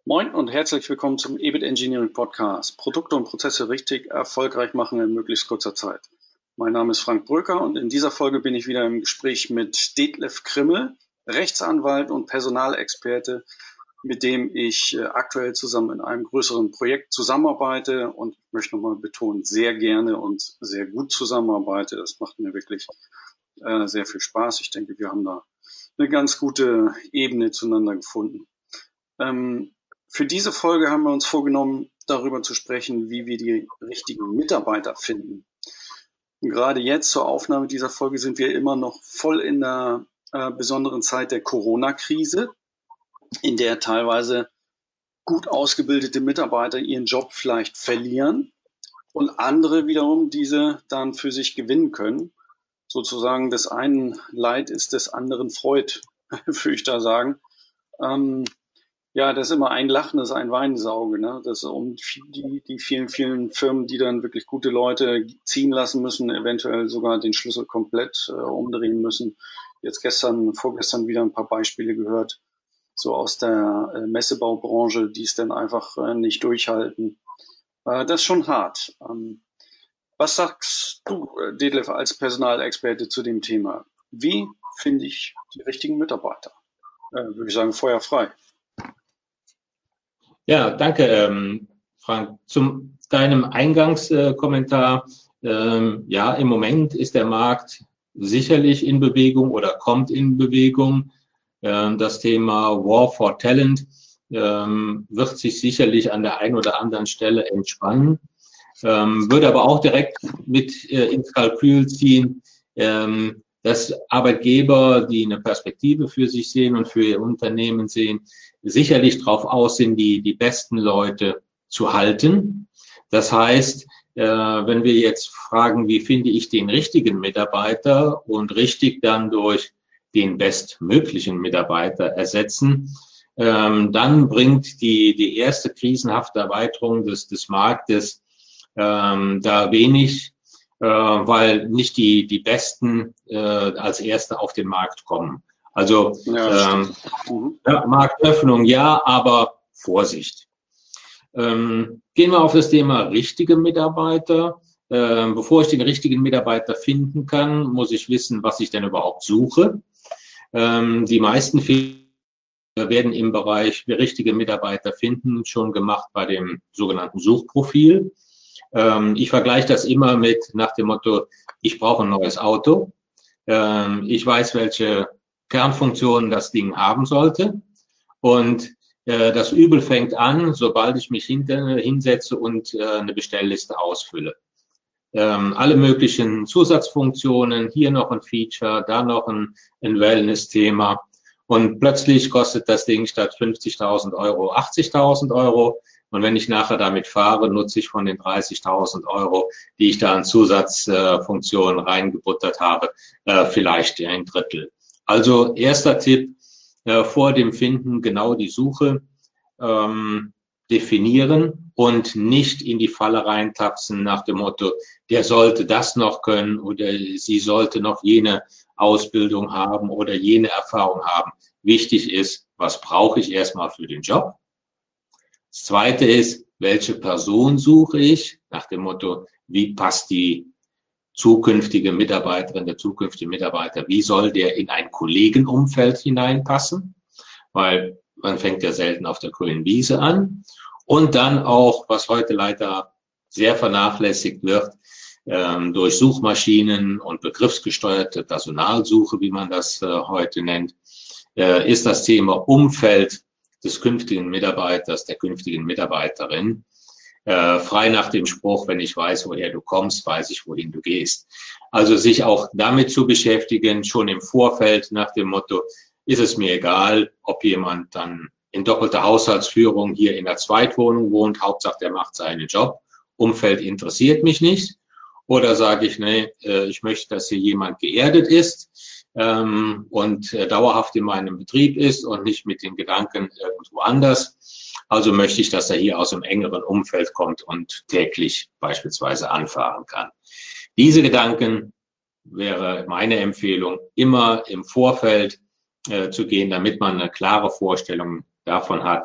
Moin und herzlich willkommen zum EBIT Engineering Podcast. Produkte und Prozesse richtig erfolgreich machen in möglichst kurzer Zeit. Mein Name ist Frank Bröker und in dieser Folge bin ich wieder im Gespräch mit Detlef Krimmel, Rechtsanwalt und Personalexperte, mit dem ich aktuell zusammen in einem größeren Projekt zusammenarbeite und ich möchte nochmal betonen, sehr gerne und sehr gut zusammenarbeite. Das macht mir wirklich sehr viel Spaß. Ich denke, wir haben da eine ganz gute Ebene zueinander gefunden. Für diese Folge haben wir uns vorgenommen, darüber zu sprechen, wie wir die richtigen Mitarbeiter finden. Und gerade jetzt zur Aufnahme dieser Folge sind wir immer noch voll in der besonderen Zeit der Corona-Krise, in der teilweise gut ausgebildete Mitarbeiter ihren Job vielleicht verlieren und andere wiederum diese dann für sich gewinnen können. Sozusagen des einen Leid ist des anderen Freud, würde ich da sagen. Ja, das ist immer ein lachendes, ein weinendes Auge, ne? Das um die vielen Firmen, die dann wirklich gute Leute ziehen lassen müssen, eventuell sogar den Schlüssel komplett umdrehen müssen. Jetzt vorgestern wieder ein paar Beispiele gehört, so aus der Messebaubranche, die es dann einfach nicht durchhalten. Das ist schon hart. Was sagst du, Detlef, als Personalexperte zu dem Thema? Wie finde ich die richtigen Mitarbeiter? Würde ich sagen, Feuer frei. Ja, danke, Frank. Zum deinem Eingangskommentar. Ja, im Moment ist der Markt sicherlich in Bewegung oder kommt in Bewegung. Das Thema War for Talent wird sich sicherlich an der einen oder anderen Stelle entspannen. Würde aber auch direkt mit ins Kalkül ziehen, dass Arbeitgeber, die eine Perspektive für sich sehen und für ihr Unternehmen sehen, sicherlich darauf aus sind, die besten Leute zu halten. Das heißt, wenn wir jetzt fragen, wie finde ich den richtigen Mitarbeiter und richtig dann durch den bestmöglichen Mitarbeiter ersetzen, dann bringt die erste krisenhafte Erweiterung des Marktes da wenig, weil nicht die Besten als Erste auf den Markt kommen. Also Marktöffnung ja, aber Vorsicht. Gehen wir auf das Thema richtige Mitarbeiter. Bevor ich den richtigen Mitarbeiter finden kann, muss ich wissen, was ich denn überhaupt suche. Die meisten Fehler werden im Bereich richtige Mitarbeiter finden schon gemacht bei dem sogenannten Suchprofil. Ich vergleiche das immer mit nach dem Motto, ich brauche ein neues Auto. Ich weiß, welche Kernfunktionen das Ding haben sollte. Und das Übel fängt an, sobald ich mich hinsetze und eine Bestellliste ausfülle. Alle möglichen Zusatzfunktionen, hier noch ein Feature, da noch ein Wellness-Thema. Und plötzlich kostet das Ding statt 50.000 Euro 80.000 Euro. Und wenn ich nachher damit fahre, nutze ich von den 30.000 Euro, die ich da an Zusatzfunktionen reingebuttert habe, vielleicht ein Drittel. Also erster Tipp, vor dem Finden genau die Suche definieren und nicht in die Falle reintapsen nach dem Motto, der sollte das noch können oder sie sollte noch jene Ausbildung haben oder jene Erfahrung haben. Wichtig ist, was brauche ich erstmal für den Job? Das Zweite ist, welche Person suche ich? Nach dem Motto, wie passt die zukünftige Mitarbeiterin, der zukünftige Mitarbeiter, wie soll der in ein Kollegenumfeld hineinpassen? Weil man fängt ja selten auf der grünen Wiese an. Und dann auch, was heute leider sehr vernachlässigt wird, durch Suchmaschinen und begriffsgesteuerte Personalsuche, wie man das heute nennt, ist das Thema Umfeld des künftigen Mitarbeiters, der künftigen Mitarbeiterin. Frei nach dem Spruch, wenn ich weiß, woher du kommst, weiß ich, wohin du gehst. Also sich auch damit zu beschäftigen, schon im Vorfeld nach dem Motto, ist es mir egal, ob jemand dann in doppelter Haushaltsführung hier in der Zweitwohnung wohnt, Hauptsache der macht seinen Job, Umfeld interessiert mich nicht. Oder sage ich, nee, ich möchte, dass hier jemand geerdet ist und dauerhaft in meinem Betrieb ist und nicht mit den Gedanken irgendwo anders. Also möchte ich, dass er hier aus einem engeren Umfeld kommt und täglich beispielsweise anfahren kann. Diese Gedanken wäre meine Empfehlung, immer im Vorfeld zu gehen, damit man eine klare Vorstellung davon hat,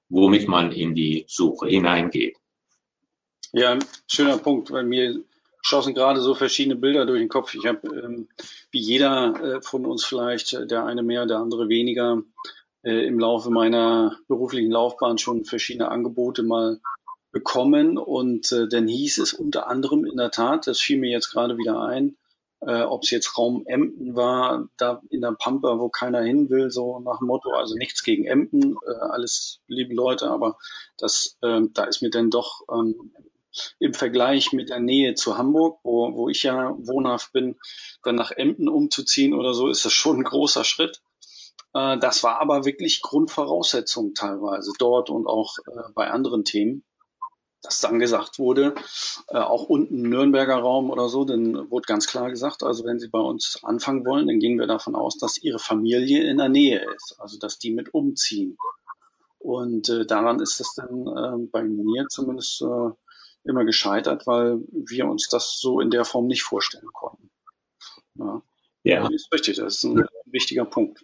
womit man in die Suche hineingeht. Ja, schöner Punkt, weil mir schossen gerade so verschiedene Bilder durch den Kopf. Ich habe, wie jeder von uns vielleicht, der eine mehr, der andere weniger, im Laufe meiner beruflichen Laufbahn schon verschiedene Angebote mal bekommen. Und dann hieß es unter anderem in der Tat, das fiel mir jetzt gerade wieder ein, ob es jetzt Raum Emden war, da in der Pampa, wo keiner hin will, so nach dem Motto, also nichts gegen Emden, alles liebe Leute, aber da ist mir dann doch im Vergleich mit der Nähe zu Hamburg, wo ich ja wohnhaft bin, dann nach Emden umzuziehen oder so, ist das schon ein großer Schritt. Das war aber wirklich Grundvoraussetzung teilweise dort und auch bei anderen Themen, dass dann gesagt wurde, auch unten im Nürnberger Raum oder so, dann wurde ganz klar gesagt, also wenn Sie bei uns anfangen wollen, dann gehen wir davon aus, dass Ihre Familie in der Nähe ist, also dass die mit umziehen. Und daran ist es dann bei mir zumindest immer gescheitert, weil wir uns das so in der Form nicht vorstellen konnten. Ja, das ist richtig, das ist ein wichtiger Punkt.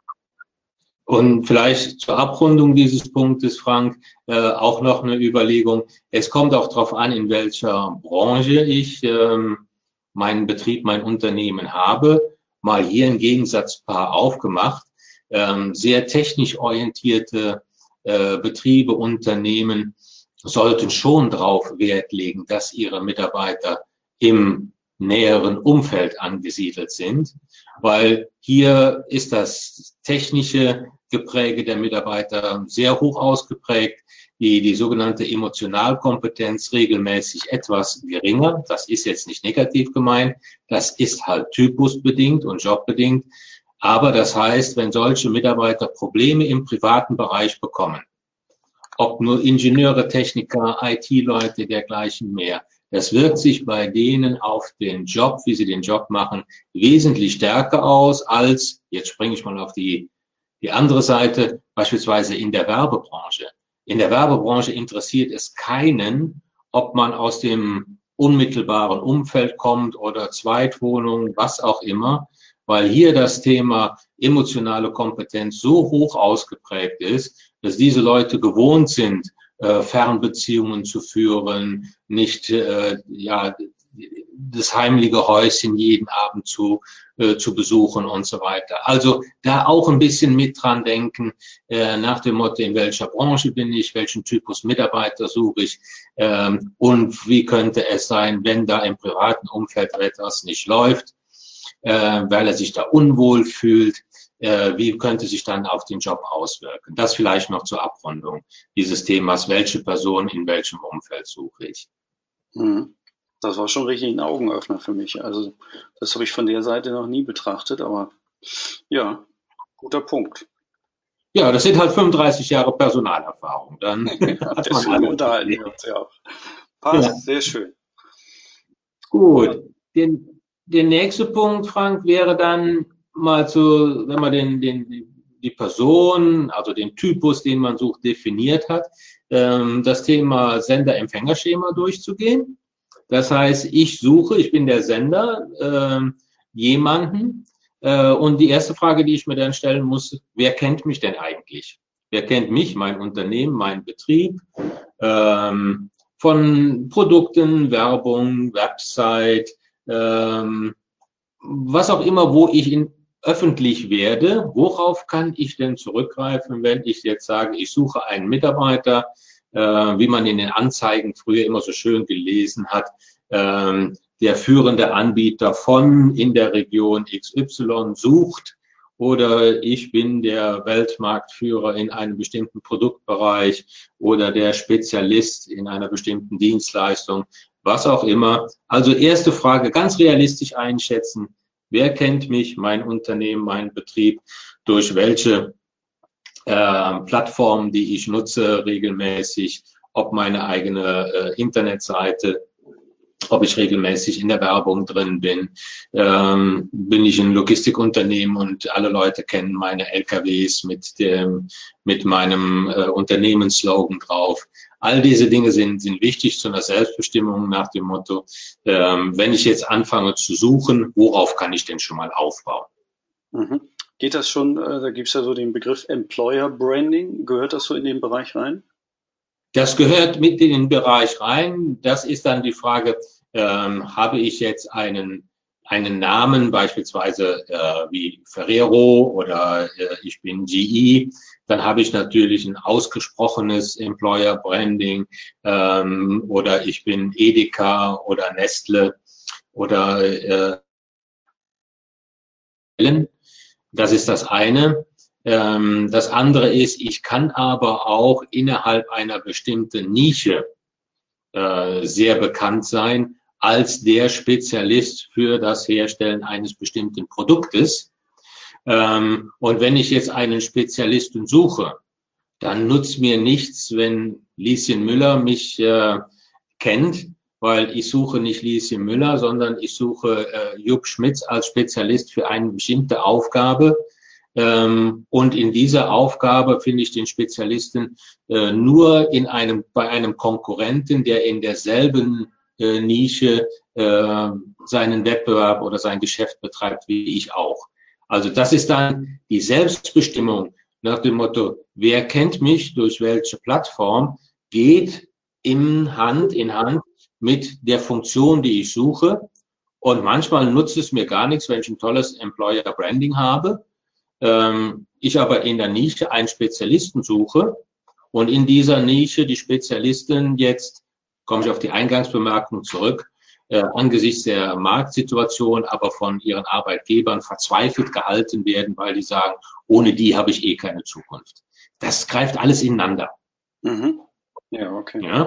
Und vielleicht zur Abrundung dieses Punktes, Frank, auch noch eine Überlegung. Es kommt auch darauf an, in welcher Branche ich meinen Betrieb, mein Unternehmen habe. Mal hier ein Gegensatzpaar aufgemacht. Sehr technisch orientierte Betriebe, Unternehmen sollten schon darauf Wert legen, dass ihre Mitarbeiter im näheren Umfeld angesiedelt sind, weil hier ist das technische Gepräge der Mitarbeiter sehr hoch ausgeprägt, die sogenannte Emotionalkompetenz regelmäßig etwas geringer. Das ist jetzt nicht negativ gemeint, das ist halt typusbedingt und jobbedingt, aber das heißt, wenn solche Mitarbeiter Probleme im privaten Bereich bekommen, ob nur Ingenieure, Techniker, IT-Leute, dergleichen mehr. Das wirkt sich bei denen auf den Job, wie sie den Job machen, wesentlich stärker aus als, jetzt springe ich mal auf die andere Seite, beispielsweise in der Werbebranche. In der Werbebranche interessiert es keinen, ob man aus dem unmittelbaren Umfeld kommt oder Zweitwohnung, was auch immer, weil hier das Thema emotionale Kompetenz so hoch ausgeprägt ist, dass diese Leute gewohnt sind, Fernbeziehungen zu führen, nicht das heimliche Häuschen jeden Abend zu besuchen und so weiter. Also da auch ein bisschen mit dran denken, nach dem Motto, in welcher Branche bin ich, welchen Typus Mitarbeiter suche ich und wie könnte es sein, wenn da im privaten Umfeld etwas nicht läuft, weil er sich da unwohl fühlt. Wie könnte sich dann auf den Job auswirken? Das vielleicht noch zur Abrundung dieses Themas, welche Person in welchem Umfeld suche ich. Das war schon richtig ein Augenöffner für mich. Also das habe ich von der Seite noch nie betrachtet, aber ja, guter Punkt. Ja, das sind halt 35 Jahre Personalerfahrung. Dann deswegen unterhalten wir uns ja auch. Passt, ja. Sehr schön. Gut, der nächste Punkt, Frank, wäre dann mal wenn man die Person, also den Typus, den man sucht, definiert hat, das Thema Sender-Empfänger-Schema durchzugehen. Das heißt, ich bin der Sender, jemanden, und die erste Frage, die ich mir dann stellen muss, wer kennt mich denn eigentlich? Wer kennt mich, mein Unternehmen, meinen Betrieb, von Produkten, Werbung, Website, was auch immer, wo ich öffentlich werde, worauf kann ich denn zurückgreifen, wenn ich jetzt sage, ich suche einen Mitarbeiter, wie man in den Anzeigen früher immer so schön gelesen hat, der führende Anbieter von in der Region XY sucht, oder ich bin der Weltmarktführer in einem bestimmten Produktbereich oder der Spezialist in einer bestimmten Dienstleistung, was auch immer. Also erste Frage, ganz realistisch einschätzen, wer kennt mich, mein Unternehmen, mein Betrieb, durch welche Plattformen, die ich nutze regelmäßig, ob meine eigene Internetseite, ob ich regelmäßig in der Werbung drin bin, bin ich ein Logistikunternehmen und alle Leute kennen meine LKWs mit meinem Unternehmensslogan drauf. All diese Dinge sind wichtig zu einer Selbstbestimmung nach dem Motto, wenn ich jetzt anfange zu suchen, worauf kann ich denn schon mal aufbauen? Geht das schon, da gibt es ja so den Begriff Employer Branding, gehört das so in den Bereich rein? Das gehört mit in den Bereich rein. Das ist dann die Frage, habe ich jetzt einen Namen, beispielsweise wie Ferrero oder ich bin GE, dann habe ich natürlich ein ausgesprochenes Employer Branding, oder ich bin Edeka oder Nestle oder das ist das eine. Das andere ist, ich kann aber auch innerhalb einer bestimmten Nische sehr bekannt sein als der Spezialist für das Herstellen eines bestimmten Produktes. Und wenn ich jetzt einen Spezialisten suche, dann nutzt mir nichts, wenn Lieschen Müller mich kennt, weil ich suche nicht Lieschen Müller, sondern ich suche Jupp Schmitz als Spezialist für eine bestimmte Aufgabe. Und in dieser Aufgabe finde ich den Spezialisten nur bei einem Konkurrenten, der in derselben Nische seinen Wettbewerb oder sein Geschäft betreibt wie ich auch. Also das ist dann die Selbstbestimmung nach dem Motto, wer kennt mich durch welche Plattform, geht Hand in Hand mit der Funktion, die ich suche. Und manchmal nutzt es mir gar nichts, wenn ich ein tolles Employer Branding habe. Ich aber in der Nische einen Spezialisten suche und in dieser Nische die Spezialisten jetzt, komme ich auf die Eingangsbemerkung zurück, angesichts der Marktsituation, aber von ihren Arbeitgebern verzweifelt gehalten werden, weil die sagen, ohne die habe ich eh keine Zukunft. Das greift alles ineinander. Mhm. Ja, okay. Ja?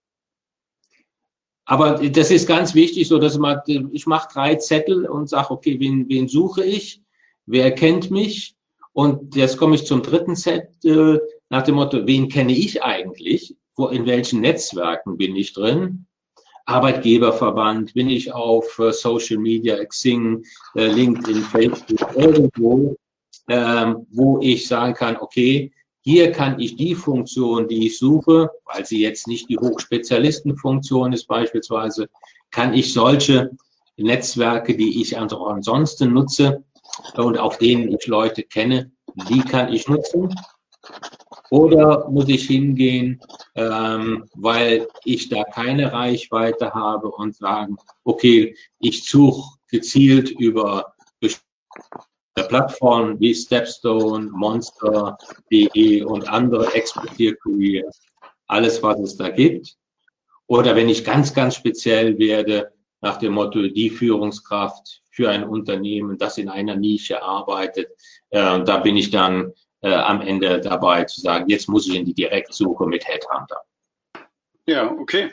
Aber das ist ganz wichtig, so dass ich mache 3 Zettel und sage, okay, wen suche ich? Wer kennt mich? Und jetzt komme ich zum 3. Zettel nach dem Motto, wen kenne ich eigentlich? In welchen Netzwerken bin ich drin? Arbeitgeberverband, bin ich auf Social Media, Xing, LinkedIn, Facebook, irgendwo, wo ich sagen kann, okay, hier kann ich die Funktion, die ich suche, weil sie jetzt nicht die Hochspezialistenfunktion ist beispielsweise, kann ich solche Netzwerke, die ich ansonsten nutze und auf denen ich Leute kenne, die kann ich nutzen. Oder muss ich hingehen, weil ich da keine Reichweite habe und sagen, okay, ich suche gezielt über Plattformen wie Stepstone, Monster.de und andere Expertise Career, alles, was es da gibt. Oder wenn ich ganz, ganz speziell werde, nach dem Motto, die Führungskraft für ein Unternehmen, das in einer Nische arbeitet, da bin ich dann am Ende dabei zu sagen, jetzt muss ich in die Direktsuche mit Headhunter. Ja, okay.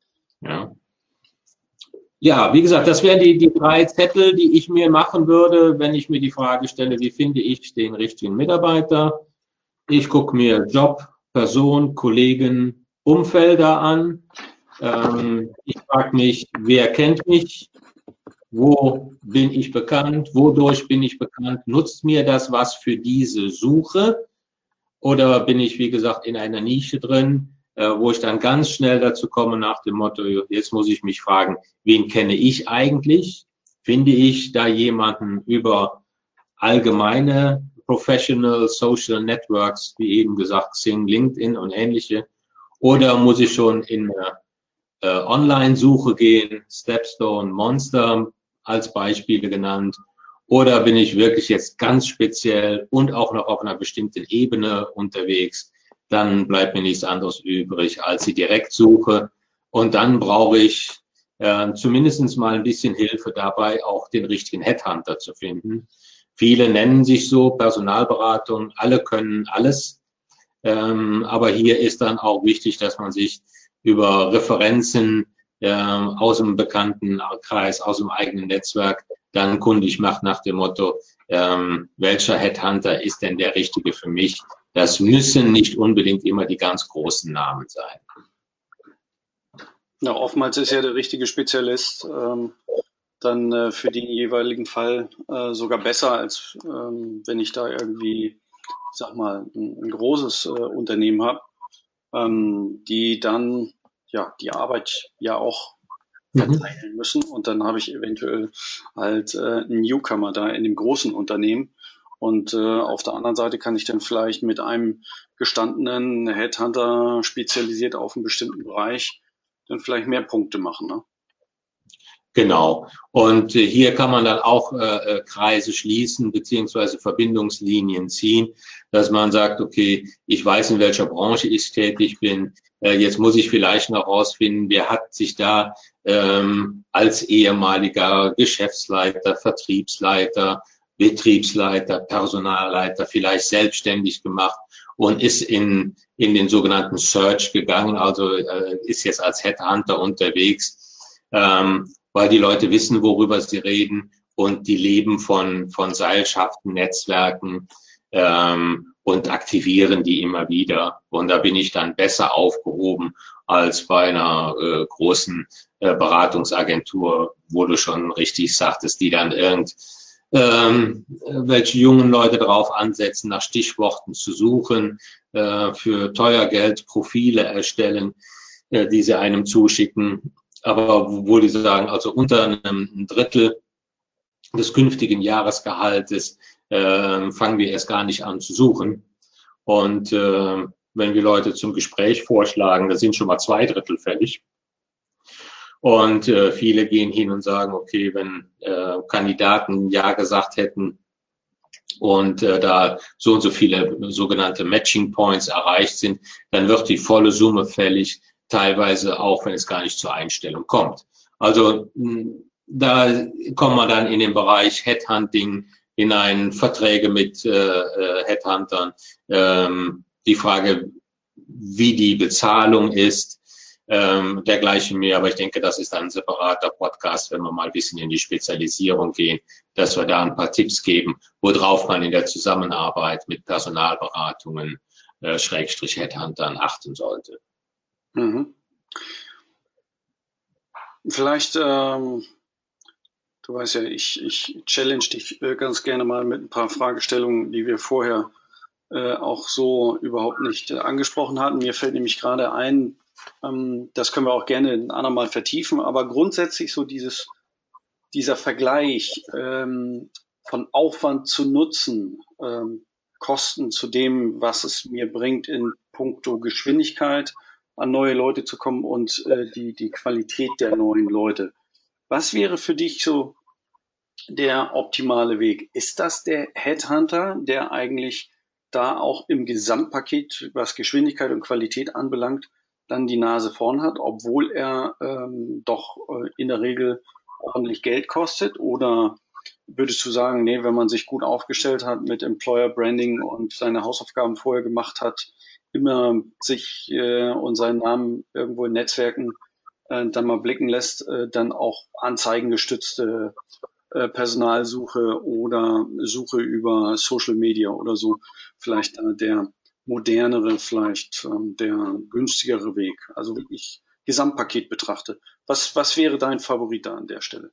Ja, wie gesagt, das wären die 3 Zettel, die ich mir machen würde, wenn ich mir die Frage stelle, wie finde ich den richtigen Mitarbeiter? Ich gucke mir Job, Person, Kollegen, Umfelder an. Ich frage mich, wer kennt mich? Wo bin ich bekannt? Wodurch bin ich bekannt? Nutzt mir das was für diese Suche? Oder bin ich, wie gesagt, in einer Nische drin, wo ich dann ganz schnell dazu komme nach dem Motto, jetzt muss ich mich fragen, wen kenne ich eigentlich? Finde ich da jemanden über allgemeine Professional Social Networks, wie eben gesagt, Xing, LinkedIn und ähnliche? Oder muss ich schon in eine Online-Suche gehen, Stepstone, Monster als Beispiele genannt? Oder bin ich wirklich jetzt ganz speziell und auch noch auf einer bestimmten Ebene unterwegs? Dann bleibt mir nichts anderes übrig als die Direktsuche. Und dann brauche ich zumindest mal ein bisschen Hilfe dabei, auch den richtigen Headhunter zu finden. Viele nennen sich so Personalberatung, alle können alles. Aber hier ist dann auch wichtig, dass man sich über Referenzen aus dem Bekanntenkreis, aus dem eigenen Netzwerk dann kundig macht nach dem Motto, welcher Headhunter ist denn der richtige für mich? Das müssen nicht unbedingt immer die ganz großen Namen sein. Ja, oftmals ist ja der richtige Spezialist dann für den jeweiligen Fall sogar besser, als wenn ich da irgendwie, ich sag mal, ein großes Unternehmen habe, die dann ja die Arbeit ja auch verteilen müssen und dann habe ich eventuell halt einen Newcomer da in dem großen Unternehmen Und auf der anderen Seite kann ich dann vielleicht mit einem gestandenen Headhunter spezialisiert auf einen bestimmten Bereich dann vielleicht mehr Punkte machen, ne? Genau. Und hier kann man dann auch Kreise schließen beziehungsweise Verbindungslinien ziehen, dass man sagt, okay, ich weiß, in welcher Branche ich tätig bin. Jetzt muss ich vielleicht noch rausfinden, wer hat sich da als ehemaliger Geschäftsleiter, Vertriebsleiter, Betriebsleiter, Personalleiter vielleicht selbstständig gemacht und ist in den sogenannten Search gegangen, also ist jetzt als Headhunter unterwegs. Weil die Leute wissen, worüber sie reden und die leben von Seilschaften, Netzwerken und aktivieren die immer wieder. Und da bin ich dann besser aufgehoben als bei einer großen Beratungsagentur, wo du schon richtig sagtest, die dann welche jungen Leute darauf ansetzen, nach Stichworten zu suchen, für teuer Geld Profile erstellen, die sie einem zuschicken. Aber wo die sagen, also unter einem Drittel des künftigen Jahresgehaltes fangen wir erst gar nicht an zu suchen. Und wenn wir Leute zum Gespräch vorschlagen, da sind schon mal 2/3 fällig. Und viele gehen hin und sagen, okay, wenn Kandidaten Ja gesagt hätten und da so und so viele sogenannte Matching Points erreicht sind, dann wird die volle Summe fällig. Teilweise auch, wenn es gar nicht zur Einstellung kommt. Also da kommt man dann in den Bereich Headhunting hinein, Verträge mit Headhuntern, die Frage, wie die Bezahlung ist, dergleichen mehr. Aber ich denke, das ist ein separater Podcast, wenn wir mal ein bisschen in die Spezialisierung gehen, dass wir da ein paar Tipps geben, worauf man in der Zusammenarbeit mit Personalberatungen, Schrägstrich Headhuntern achten sollte. Mhm. Vielleicht, du weißt ja, ich challenge dich ganz gerne mal mit ein paar Fragestellungen, die wir vorher auch so überhaupt nicht angesprochen hatten. Mir fällt nämlich gerade ein, das können wir auch gerne ein andermal vertiefen, aber grundsätzlich so dieser Vergleich von Aufwand zu Nutzen, Kosten zu dem, was es mir bringt in puncto Geschwindigkeit, an neue Leute zu kommen und die Qualität der neuen Leute. Was wäre für dich so der optimale Weg? Ist das der Headhunter, der eigentlich da auch im Gesamtpaket, was Geschwindigkeit und Qualität anbelangt, dann die Nase vorn hat, obwohl er doch in der Regel ordentlich Geld kostet? Oder würdest du sagen, nee, wenn man sich gut aufgestellt hat mit Employer Branding und seine Hausaufgaben vorher gemacht hat, immer sich und seinen Namen irgendwo in Netzwerken dann mal blicken lässt, dann auch anzeigengestützte Personalsuche oder Suche über Social Media oder so vielleicht der modernere, vielleicht der günstigere Weg. Also wenn ich Gesamtpaket betrachte. Was wäre dein Favorit da an der Stelle?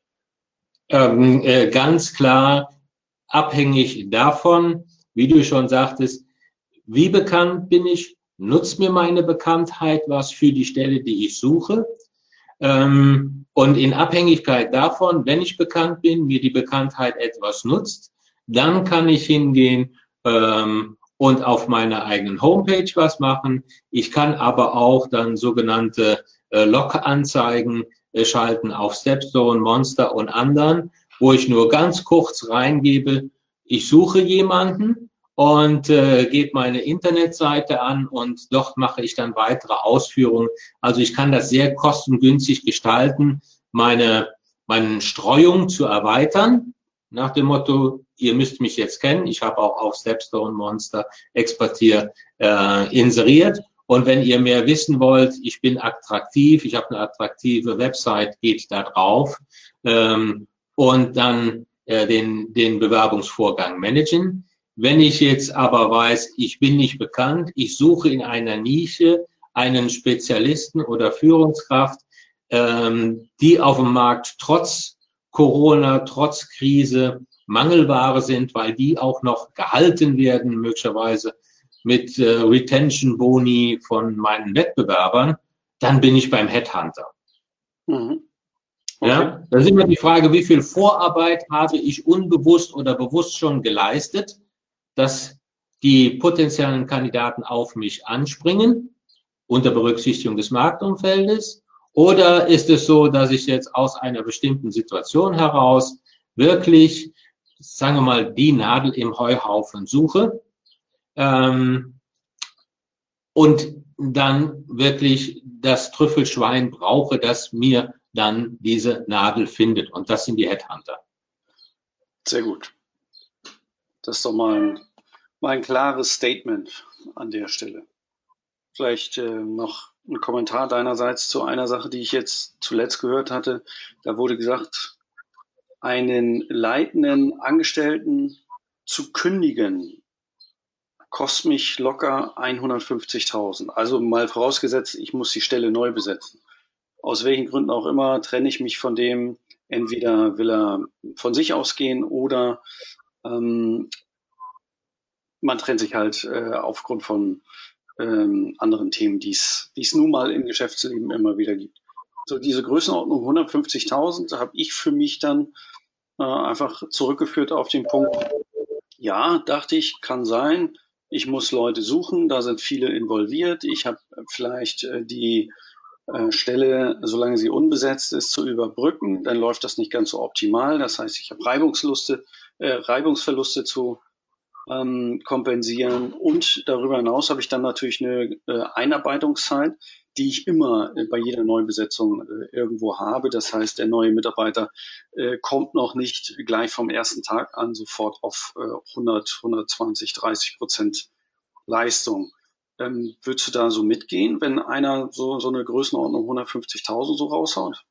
Ganz klar abhängig davon, wie du schon sagtest, wie bekannt bin ich? Nutzt mir meine Bekanntheit was für die Stelle, die ich suche? Und in Abhängigkeit davon, wenn ich bekannt bin, mir die Bekanntheit etwas nutzt, dann kann ich hingehen und auf meiner eigenen Homepage was machen. Ich kann aber auch dann sogenannte Log-Anzeigen schalten auf Stepstone, Monster und anderen, wo ich nur ganz kurz reingebe, ich suche jemanden und gebe meine Internetseite an und dort mache ich dann weitere Ausführungen. Also ich kann das sehr kostengünstig gestalten, meine Streuung zu erweitern, nach dem Motto, ihr müsst mich jetzt kennen. Ich habe auch auf Stepstone, Monster, Expertier inseriert. Und wenn ihr mehr wissen wollt, ich bin attraktiv, ich habe eine attraktive Website, geht da drauf und dann den Bewerbungsvorgang managen. Wenn ich jetzt aber weiß, ich bin nicht bekannt, ich suche in einer Nische einen Spezialisten oder Führungskraft, die auf dem Markt trotz Corona, trotz Krise Mangelware sind, weil die auch noch gehalten werden, möglicherweise mit Retention-Boni von meinen Wettbewerbern, dann bin ich beim Headhunter. Mhm. Okay. Ja, da ist immer die Frage, wie viel Vorarbeit habe ich unbewusst oder bewusst schon geleistet, dass die potenziellen Kandidaten auf mich anspringen, unter Berücksichtigung des Marktumfeldes? Oder ist es so, dass ich jetzt aus einer bestimmten Situation heraus wirklich, sagen wir mal, die Nadel im Heuhaufen suche und dann wirklich das Trüffelschwein brauche, das mir dann diese Nadel findet. Und das sind die Headhunter. Sehr gut. Das ist doch mal ein klares Statement an der Stelle. Vielleicht noch ein Kommentar deinerseits zu einer Sache, die ich jetzt zuletzt gehört hatte. Da wurde gesagt, einen leitenden Angestellten zu kündigen, kostet mich locker 150.000. Also mal vorausgesetzt, ich muss die Stelle neu besetzen. Aus welchen Gründen auch immer trenne ich mich von dem. Entweder will er von sich ausgehen oder man trennt sich halt aufgrund von anderen Themen, die es nun mal im Geschäftsleben immer wieder gibt. So diese Größenordnung 150.000 habe ich für mich dann einfach zurückgeführt auf den Punkt, ja, dachte ich, kann sein, ich muss Leute suchen, da sind viele involviert, ich habe vielleicht die Stelle, solange sie unbesetzt ist, zu überbrücken, dann läuft das nicht ganz so optimal, das heißt, ich habe Reibungsverluste zu kompensieren und darüber hinaus habe ich dann natürlich eine Einarbeitungszeit, die ich immer bei jeder Neubesetzung irgendwo habe. Das heißt, der neue Mitarbeiter kommt noch nicht gleich vom ersten Tag an sofort auf 100, 120, 30% Leistung. Würdest du da so mitgehen, wenn einer so eine Größenordnung 150.000 so raushaut?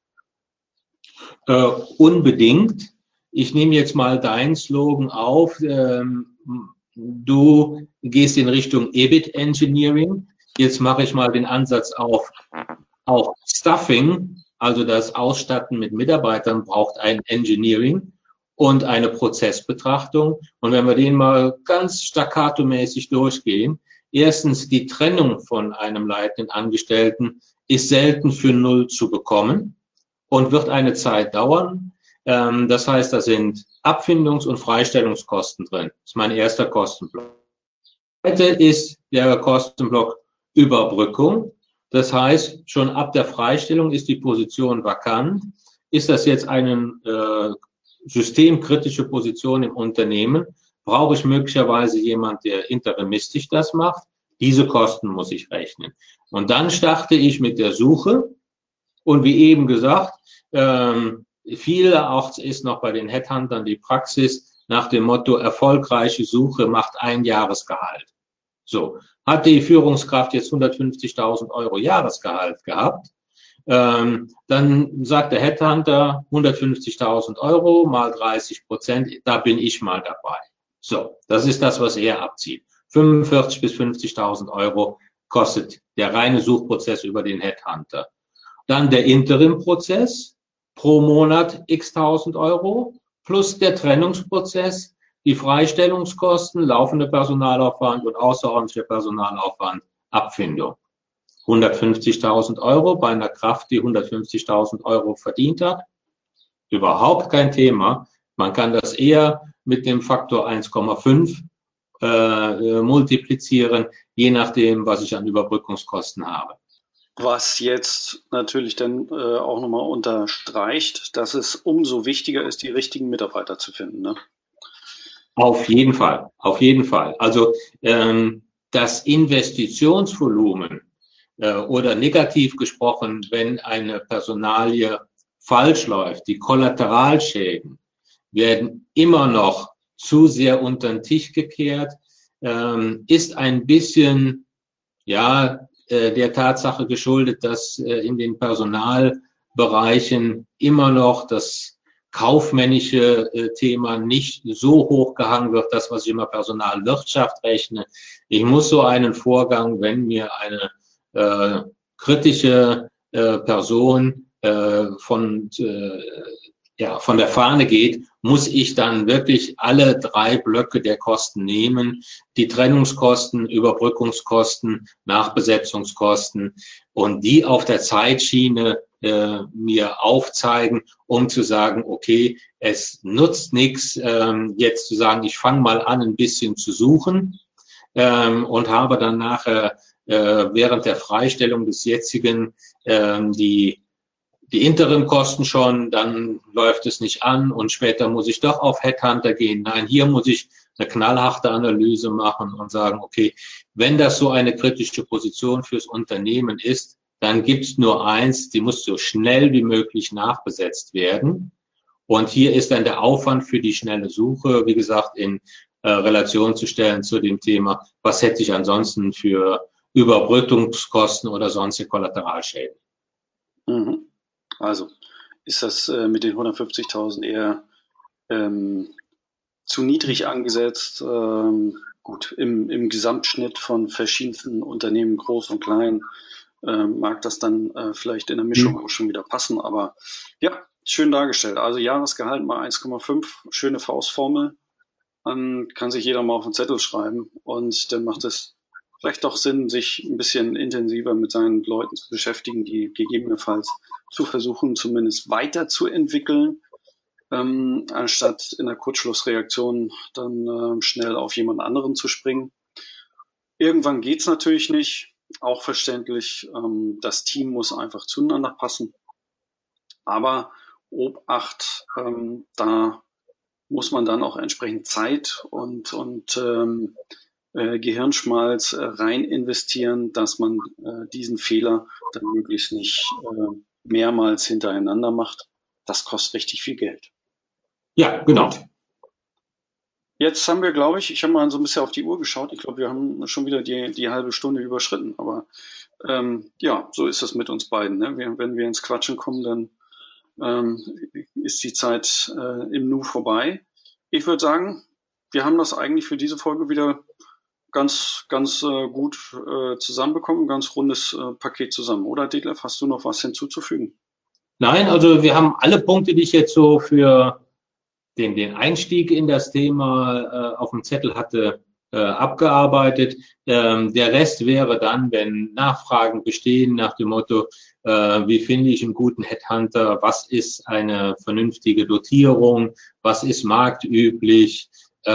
Unbedingt. Ich nehme jetzt mal deinen Slogan auf. Du gehst in Richtung EBIT Engineering. Jetzt mache ich mal den Ansatz auf auch Stuffing, also das Ausstatten mit Mitarbeitern braucht ein Engineering und eine Prozessbetrachtung. Und wenn wir den mal ganz staccato-mäßig durchgehen, erstens die Trennung von einem leitenden Angestellten ist selten für null zu bekommen und wird eine Zeit dauern. Das heißt, da sind Abfindungs- und Freistellungskosten drin. Das ist mein erster Kostenblock. Der zweite ist der Kostenblock Überbrückung. Das heißt, schon ab der Freistellung ist die Position vakant. Ist das jetzt eine systemkritische Position im Unternehmen? Brauche ich möglicherweise jemand, der interimistisch das macht? Diese Kosten muss ich rechnen. Und dann starte ich mit der Suche. Und wie eben gesagt, vielerorts ist noch bei den Headhuntern die Praxis nach dem Motto, erfolgreiche Suche macht ein Jahresgehalt. So, hat die Führungskraft jetzt 150.000 Euro Jahresgehalt gehabt, dann sagt der Headhunter 150.000 Euro mal 30%, da bin ich mal dabei. So, das ist das, was er abzieht. 45.000 bis 50.000 Euro kostet der reine Suchprozess über den Headhunter. Dann der Interim-Prozess, pro Monat x tausend Euro, plus der Trennungsprozess, die Freistellungskosten, laufender Personalaufwand und außerordentlicher Personalaufwand, Abfindung. 150.000 Euro bei einer Kraft, die 150.000 Euro verdient hat. Überhaupt kein Thema. Man kann das eher mit dem Faktor 1,5 multiplizieren, je nachdem, was ich an Überbrückungskosten habe. Was jetzt natürlich dann auch nochmal unterstreicht, dass es umso wichtiger ist, die richtigen Mitarbeiter zu finden, ne? Auf jeden Fall, auf jeden Fall. Also das Investitionsvolumen oder negativ gesprochen, wenn eine Personalie falsch läuft, die Kollateralschäden werden immer noch zu sehr unter den Tisch gekehrt, ist ein bisschen, ja, der Tatsache geschuldet, dass in den Personalbereichen immer noch das kaufmännische Thema nicht so hoch gehangen wird, das, was ich immer Personalwirtschaft rechne. Ich muss so einen Vorgang, wenn mir eine kritische Person von der Fahne geht, muss ich dann wirklich alle 3 Blöcke der Kosten nehmen, die Trennungskosten, Überbrückungskosten, Nachbesetzungskosten und die auf der Zeitschiene mir aufzeigen, um zu sagen, okay, es nutzt nichts, jetzt zu sagen, ich fange mal an, ein bisschen zu suchen und habe dann nachher während der Freistellung des jetzigen die Interimkosten schon, dann läuft es nicht an und später muss ich doch auf Headhunter gehen. Nein, hier muss ich eine knallharte Analyse machen und sagen, okay, wenn das so eine kritische Position fürs Unternehmen ist, dann gibt es nur eins, die muss so schnell wie möglich nachbesetzt werden. Und hier ist dann der Aufwand für die schnelle Suche, wie gesagt, in Relation zu stellen zu dem Thema, was hätte ich ansonsten für Überbrückungskosten oder sonstige Kollateralschäden. Mhm. Also ist das mit den 150.000 eher zu niedrig angesetzt? Gut, im Gesamtschnitt von verschiedensten Unternehmen, groß und klein, mag das dann vielleicht in der Mischung auch schon wieder passen. Aber ja, schön dargestellt. Also Jahresgehalt mal 1,5, schöne Faustformel. Dann kann sich jeder mal auf den Zettel schreiben und dann macht es vielleicht doch Sinn, sich ein bisschen intensiver mit seinen Leuten zu beschäftigen, die gegebenenfalls zu versuchen, zumindest weiterzuentwickeln, anstatt in der Kurzschlussreaktion dann schnell auf jemand anderen zu springen. Irgendwann geht's natürlich nicht, auch verständlich. Das Team muss einfach zueinander passen. Aber Obacht, da muss man dann auch entsprechend Zeit und Gehirnschmalz rein investieren, dass man diesen Fehler dann möglichst nicht mehrmals hintereinander macht. Das kostet richtig viel Geld. Ja, genau. Gut. Jetzt haben wir, glaube ich habe mal so ein bisschen auf die Uhr geschaut. Ich glaube, wir haben schon wieder die halbe Stunde überschritten. Aber ja, so ist es mit uns beiden. Ne? Wenn wir ins Quatschen kommen, dann ist die Zeit im Nu vorbei. Ich würde sagen, wir haben das eigentlich für diese Folge wieder ganz gut zusammenbekommen, ein ganz rundes Paket zusammen. Oder Detlef, hast du noch was hinzuzufügen? Nein, also wir haben alle Punkte, die ich jetzt so für den Einstieg in das Thema auf dem Zettel hatte, abgearbeitet. Der Rest wäre dann, wenn Nachfragen bestehen nach dem Motto, wie finde ich einen guten Headhunter, was ist eine vernünftige Dotierung, was ist marktüblich,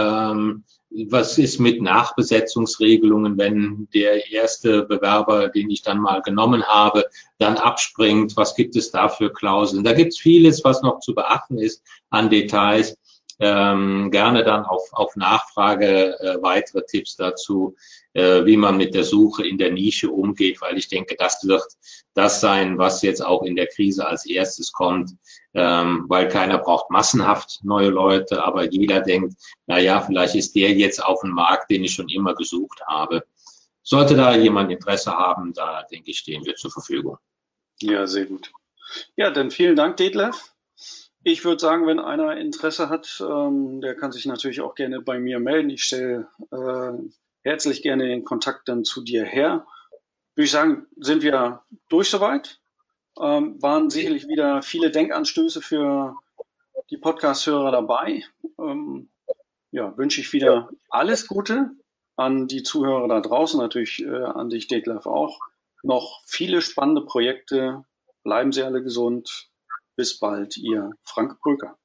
was ist mit Nachbesetzungsregelungen, wenn der erste Bewerber, den ich dann mal genommen habe, dann abspringt, was gibt es da für Klauseln? Da gibt es vieles, was noch zu beachten ist an Details. Gerne dann auf Nachfrage weitere Tipps dazu, wie man mit der Suche in der Nische umgeht, weil ich denke, das wird das sein, was jetzt auch in der Krise als erstes kommt, weil keiner braucht massenhaft neue Leute, aber jeder denkt, na ja, vielleicht ist der jetzt auf dem Markt, den ich schon immer gesucht habe. Sollte da jemand Interesse haben, da denke ich, stehen wir zur Verfügung. Ja, sehr gut. Ja, dann vielen Dank, Detlef. Ich würde sagen, wenn einer Interesse hat, der kann sich natürlich auch gerne bei mir melden. Ich stelle herzlich gerne den Kontakt dann zu dir her. Würde ich sagen, sind wir durch soweit. Waren sicherlich wieder viele Denkanstöße für die Podcast-Hörer dabei. Ja, wünsche ich wieder alles Gute an die Zuhörer da draußen, natürlich an dich, Detlef, auch. Noch viele spannende Projekte. Bleiben Sie alle gesund. Bis bald, Ihr Frank Bröker.